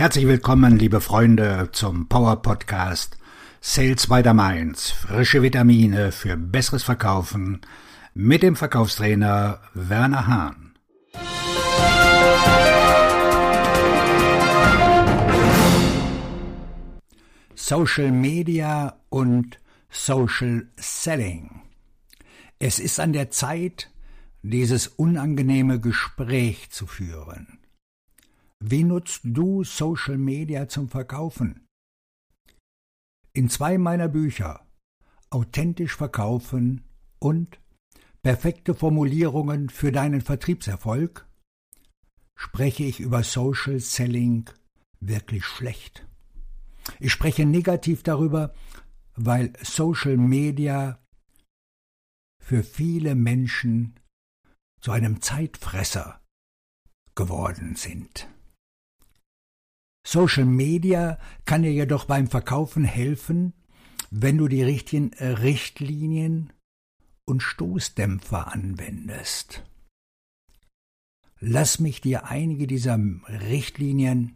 Herzlich willkommen, liebe Freunde, zum Power Podcast Sales by the Mainz. Frische Vitamine für besseres Verkaufen mit dem Verkaufstrainer Werner Hahn. Social Media und Social Selling. Es ist an der Zeit, dieses unangenehme Gespräch zu führen. Wie nutzt du Social Media zum Verkaufen? In 2 meiner Bücher, Authentisch verkaufen und Perfekte Formulierungen für deinen Vertriebserfolg, spreche ich über Social Selling wirklich schlecht. Ich spreche negativ darüber, weil Social Media für viele Menschen zu einem Zeitfresser geworden sind. Social Media kann dir jedoch beim Verkaufen helfen, wenn du die richtigen Richtlinien und Stoßdämpfer anwendest. Lass mich dir einige dieser Richtlinien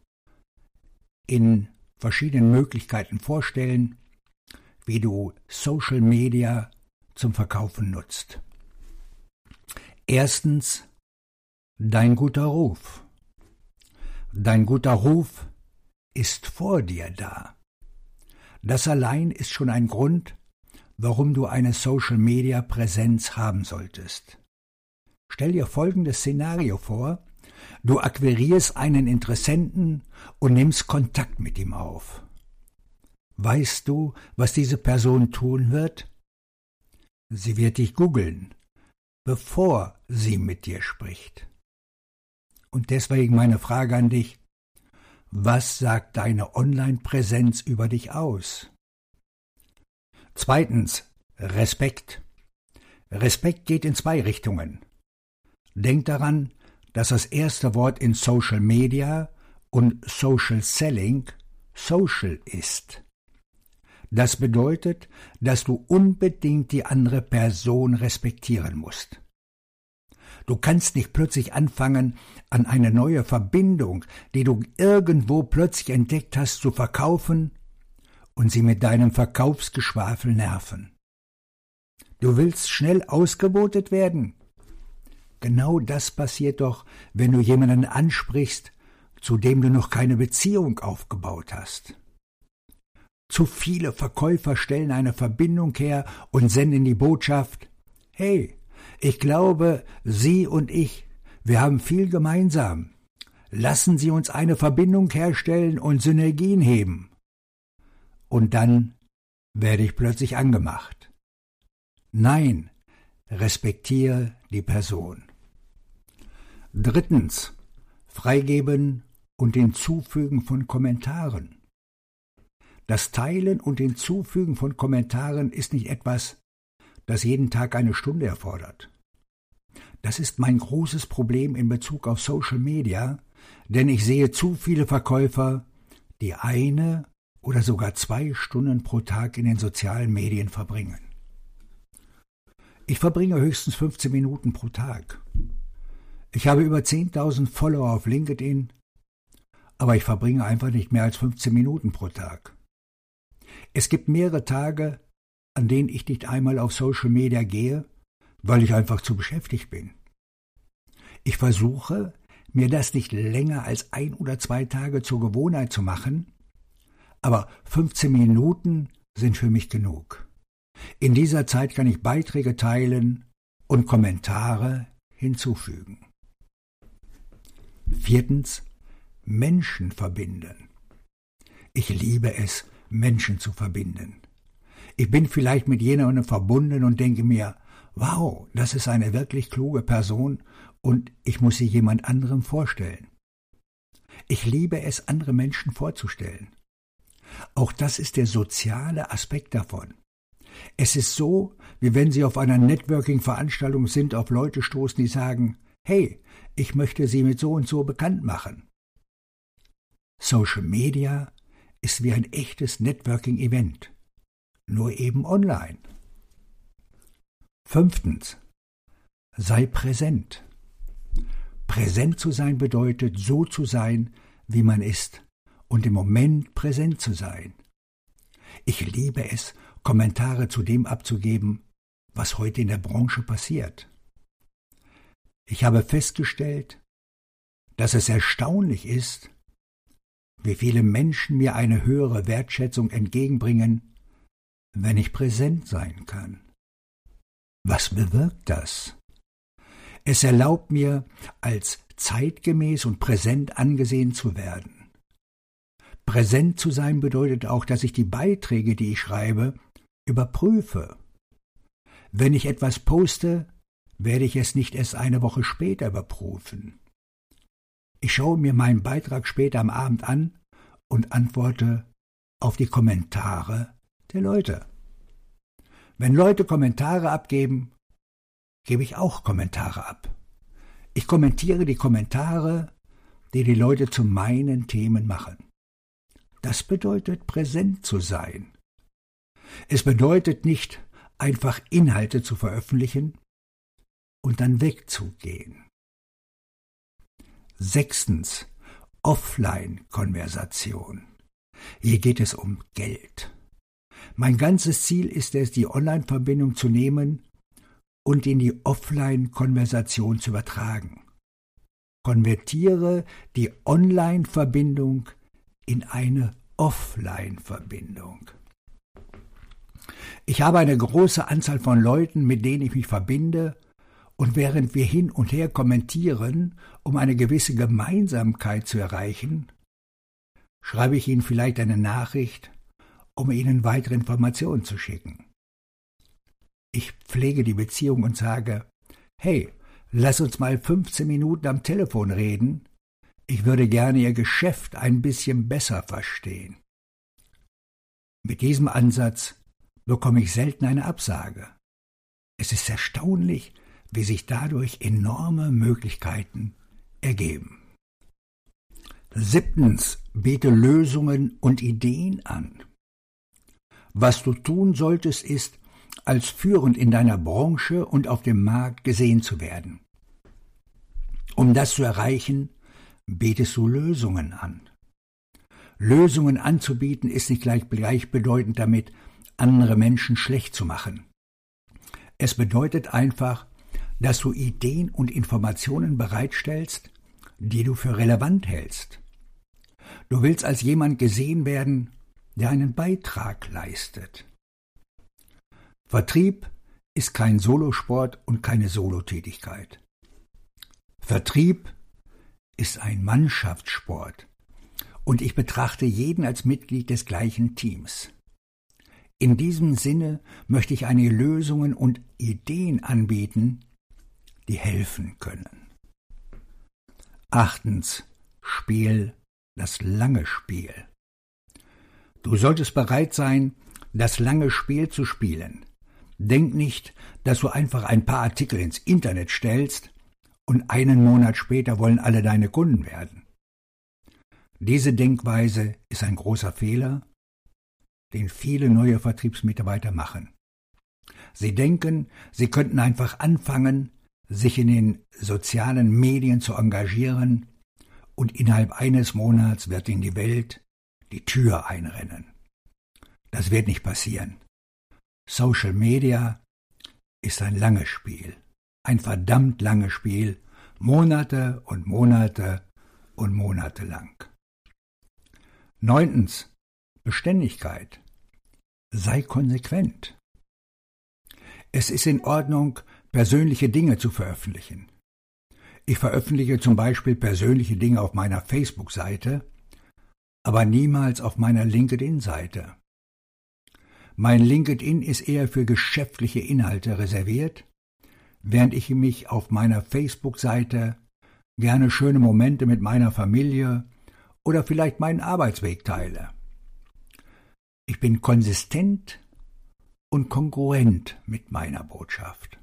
in verschiedenen Möglichkeiten vorstellen, wie du Social Media zum Verkaufen nutzt. Erstens, dein guter Ruf. Dein guter Ruf ist vor dir da. Das allein ist schon ein Grund, warum du eine Social-Media-Präsenz haben solltest. Stell dir folgendes Szenario vor: Du akquirierst einen Interessenten und nimmst Kontakt mit ihm auf. Weißt du, was diese Person tun wird? Sie wird dich googeln, bevor sie mit dir spricht. Und deswegen meine Frage an dich: Was sagt deine Online-Präsenz über dich aus? Zweitens, Respekt. Respekt geht in 2 Richtungen. Denk daran, dass das erste Wort in Social Media und Social Selling Social ist. Das bedeutet, dass du unbedingt die andere Person respektieren musst. Du kannst nicht plötzlich anfangen, an eine neue Verbindung, die du irgendwo plötzlich entdeckt hast, zu verkaufen und sie mit deinem Verkaufsgeschwafel nerven. Du willst schnell ausgebotet werden? Genau das passiert doch, wenn du jemanden ansprichst, zu dem du noch keine Beziehung aufgebaut hast. Zu viele Verkäufer stellen eine Verbindung her und senden die Botschaft: Hey, ich glaube, Sie und ich, wir haben viel gemeinsam. Lassen Sie uns eine Verbindung herstellen und Synergien heben. Und dann werde ich plötzlich angemacht. Nein, respektiere die Person. Drittens, Freigeben und Hinzufügen von Kommentaren. Das Teilen und Hinzufügen von Kommentaren ist nicht etwas, das jeden Tag eine Stunde erfordert. Das ist mein großes Problem in Bezug auf Social Media, denn ich sehe zu viele Verkäufer, die 1 oder sogar 2 Stunden pro Tag in den sozialen Medien verbringen. Ich verbringe höchstens 15 Minuten pro Tag. Ich habe über 10.000 Follower auf LinkedIn, aber ich verbringe einfach nicht mehr als 15 Minuten pro Tag. Es gibt mehrere Tage, an denen ich nicht einmal auf Social Media gehe, weil ich einfach zu beschäftigt bin. Ich versuche, mir das nicht länger als 1 oder 2 Tage zur Gewohnheit zu machen, aber 15 Minuten sind für mich genug. In dieser Zeit kann ich Beiträge teilen und Kommentare hinzufügen. Viertens, Menschen verbinden. Ich liebe es, Menschen zu verbinden. Ich bin vielleicht mit jemandem verbunden und denke mir: Wow, das ist eine wirklich kluge Person und ich muss sie jemand anderem vorstellen. Ich liebe es, andere Menschen vorzustellen. Auch das ist der soziale Aspekt davon. Es ist so, wie wenn Sie auf einer Networking-Veranstaltung sind, auf Leute stoßen, die sagen: Hey, ich möchte Sie mit so und so bekannt machen. Social Media ist wie ein echtes Networking-Event, nur eben online. 5. Sei präsent. Präsent zu sein bedeutet, so zu sein, wie man ist und im Moment präsent zu sein. Ich liebe es, Kommentare zu dem abzugeben, was heute in der Branche passiert. Ich habe festgestellt, dass es erstaunlich ist, wie viele Menschen mir eine höhere Wertschätzung entgegenbringen, wenn ich präsent sein kann. Was bewirkt das? Es erlaubt mir, als zeitgemäß und präsent angesehen zu werden. Präsent zu sein bedeutet auch, dass ich die Beiträge, die ich schreibe, überprüfe. Wenn ich etwas poste, werde ich es nicht erst eine Woche später überprüfen. Ich schaue mir meinen Beitrag später am Abend an und antworte auf die Kommentare der Leute. Wenn Leute Kommentare abgeben, gebe ich auch Kommentare ab. Ich kommentiere die Kommentare, die die Leute zu meinen Themen machen. Das bedeutet, präsent zu sein. Es bedeutet nicht, einfach Inhalte zu veröffentlichen und dann wegzugehen. 6. Offline-Konversation. Hier geht es um Geld. Mein ganzes Ziel ist es, die Online-Verbindung zu nehmen und in die Offline-Konversation zu übertragen. Konvertiere die Online-Verbindung in eine Offline-Verbindung. Ich habe eine große Anzahl von Leuten, mit denen ich mich verbinde, und während wir hin und her kommentieren, um eine gewisse Gemeinsamkeit zu erreichen, schreibe ich ihnen vielleicht eine Nachricht, um ihnen weitere Informationen zu schicken. Ich pflege die Beziehung und sage, hey, lass uns mal 15 Minuten am Telefon reden, ich würde gerne Ihr Geschäft ein bisschen besser verstehen. Mit diesem Ansatz bekomme ich selten eine Absage. Es ist erstaunlich, wie sich dadurch enorme Möglichkeiten ergeben. 7. Biete Lösungen und Ideen an. Was du tun solltest, ist, als führend in deiner Branche und auf dem Markt gesehen zu werden. Um das zu erreichen, bietest du Lösungen an. Lösungen anzubieten ist nicht gleichbedeutend damit, andere Menschen schlecht zu machen. Es bedeutet einfach, dass du Ideen und Informationen bereitstellst, die du für relevant hältst. Du willst als jemand gesehen werden, der einen Beitrag leistet. Vertrieb ist kein Solosport und keine Solotätigkeit. Vertrieb ist ein Mannschaftssport und ich betrachte jeden als Mitglied des gleichen Teams. In diesem Sinne möchte ich einige Lösungen und Ideen anbieten, die helfen können. 8. Spiel das lange Spiel. Du solltest bereit sein, das lange Spiel zu spielen. Denk nicht, dass du einfach ein paar Artikel ins Internet stellst und einen Monat später wollen alle deine Kunden werden. Diese Denkweise ist ein großer Fehler, den viele neue Vertriebsmitarbeiter machen. Sie denken, sie könnten einfach anfangen, sich in den sozialen Medien zu engagieren und innerhalb eines Monats wird ihnen die Welt die Tür einrennen. Das wird nicht passieren. Social Media ist ein langes Spiel, ein verdammt langes Spiel, Monate und Monate und Monate lang. 9. Beständigkeit. Sei konsequent. Es ist in Ordnung, persönliche Dinge zu veröffentlichen. Ich veröffentliche zum Beispiel persönliche Dinge auf meiner Facebook-Seite, aber niemals auf meiner LinkedIn-Seite. Mein LinkedIn ist eher für geschäftliche Inhalte reserviert, während ich mich auf meiner Facebook-Seite gerne schöne Momente mit meiner Familie oder vielleicht meinen Arbeitsweg teile. Ich bin konsistent und kongruent mit meiner Botschaft.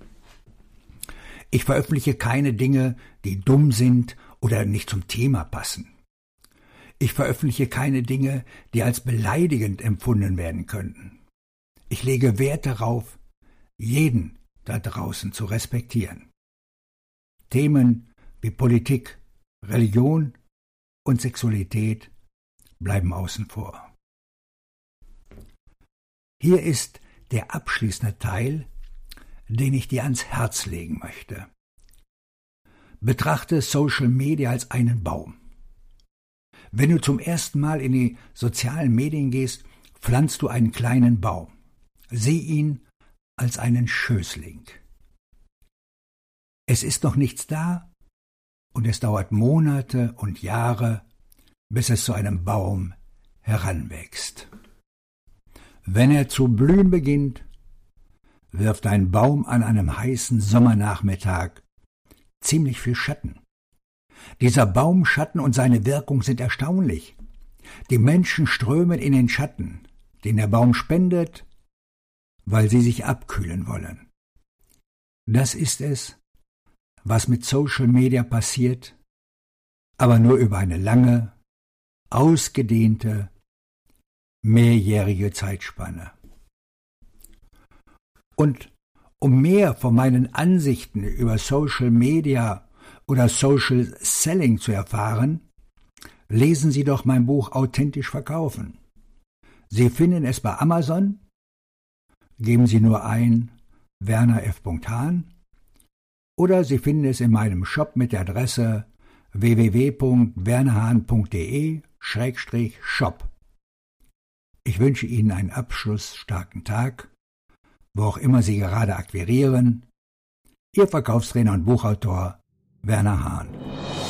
Ich veröffentliche keine Dinge, die dumm sind oder nicht zum Thema passen. Ich veröffentliche keine Dinge, die als beleidigend empfunden werden könnten. Ich lege Wert darauf, jeden da draußen zu respektieren. Themen wie Politik, Religion und Sexualität bleiben außen vor. Hier ist der abschließende Teil, den ich dir ans Herz legen möchte. Betrachte Social Media als einen Baum. Wenn du zum ersten Mal in die sozialen Medien gehst, pflanzt du einen kleinen Baum. Sieh ihn als einen Schößling. Es ist noch nichts da und es dauert Monate und Jahre, bis es zu einem Baum heranwächst. Wenn er zu blühen beginnt, wirft ein Baum an einem heißen Sommernachmittag ziemlich viel Schatten. Dieser Baumschatten und seine Wirkung sind erstaunlich. Die Menschen strömen in den Schatten, den der Baum spendet, weil sie sich abkühlen wollen. Das ist es, was mit Social Media passiert, aber nur über eine lange, ausgedehnte, mehrjährige Zeitspanne. Und um mehr von meinen Ansichten über Social Media oder Social Selling zu erfahren, lesen Sie doch mein Buch Authentisch verkaufen. Sie finden es bei Amazon. Geben Sie nur ein Werner F. Hahn oder Sie finden es in meinem Shop mit der Adresse www.wernerhahn.de/shop. Ich wünsche Ihnen einen abschlussstarken Tag, wo auch immer Sie gerade akquirieren. Ihr Verkaufstrainer und Buchautor Werner Hahn.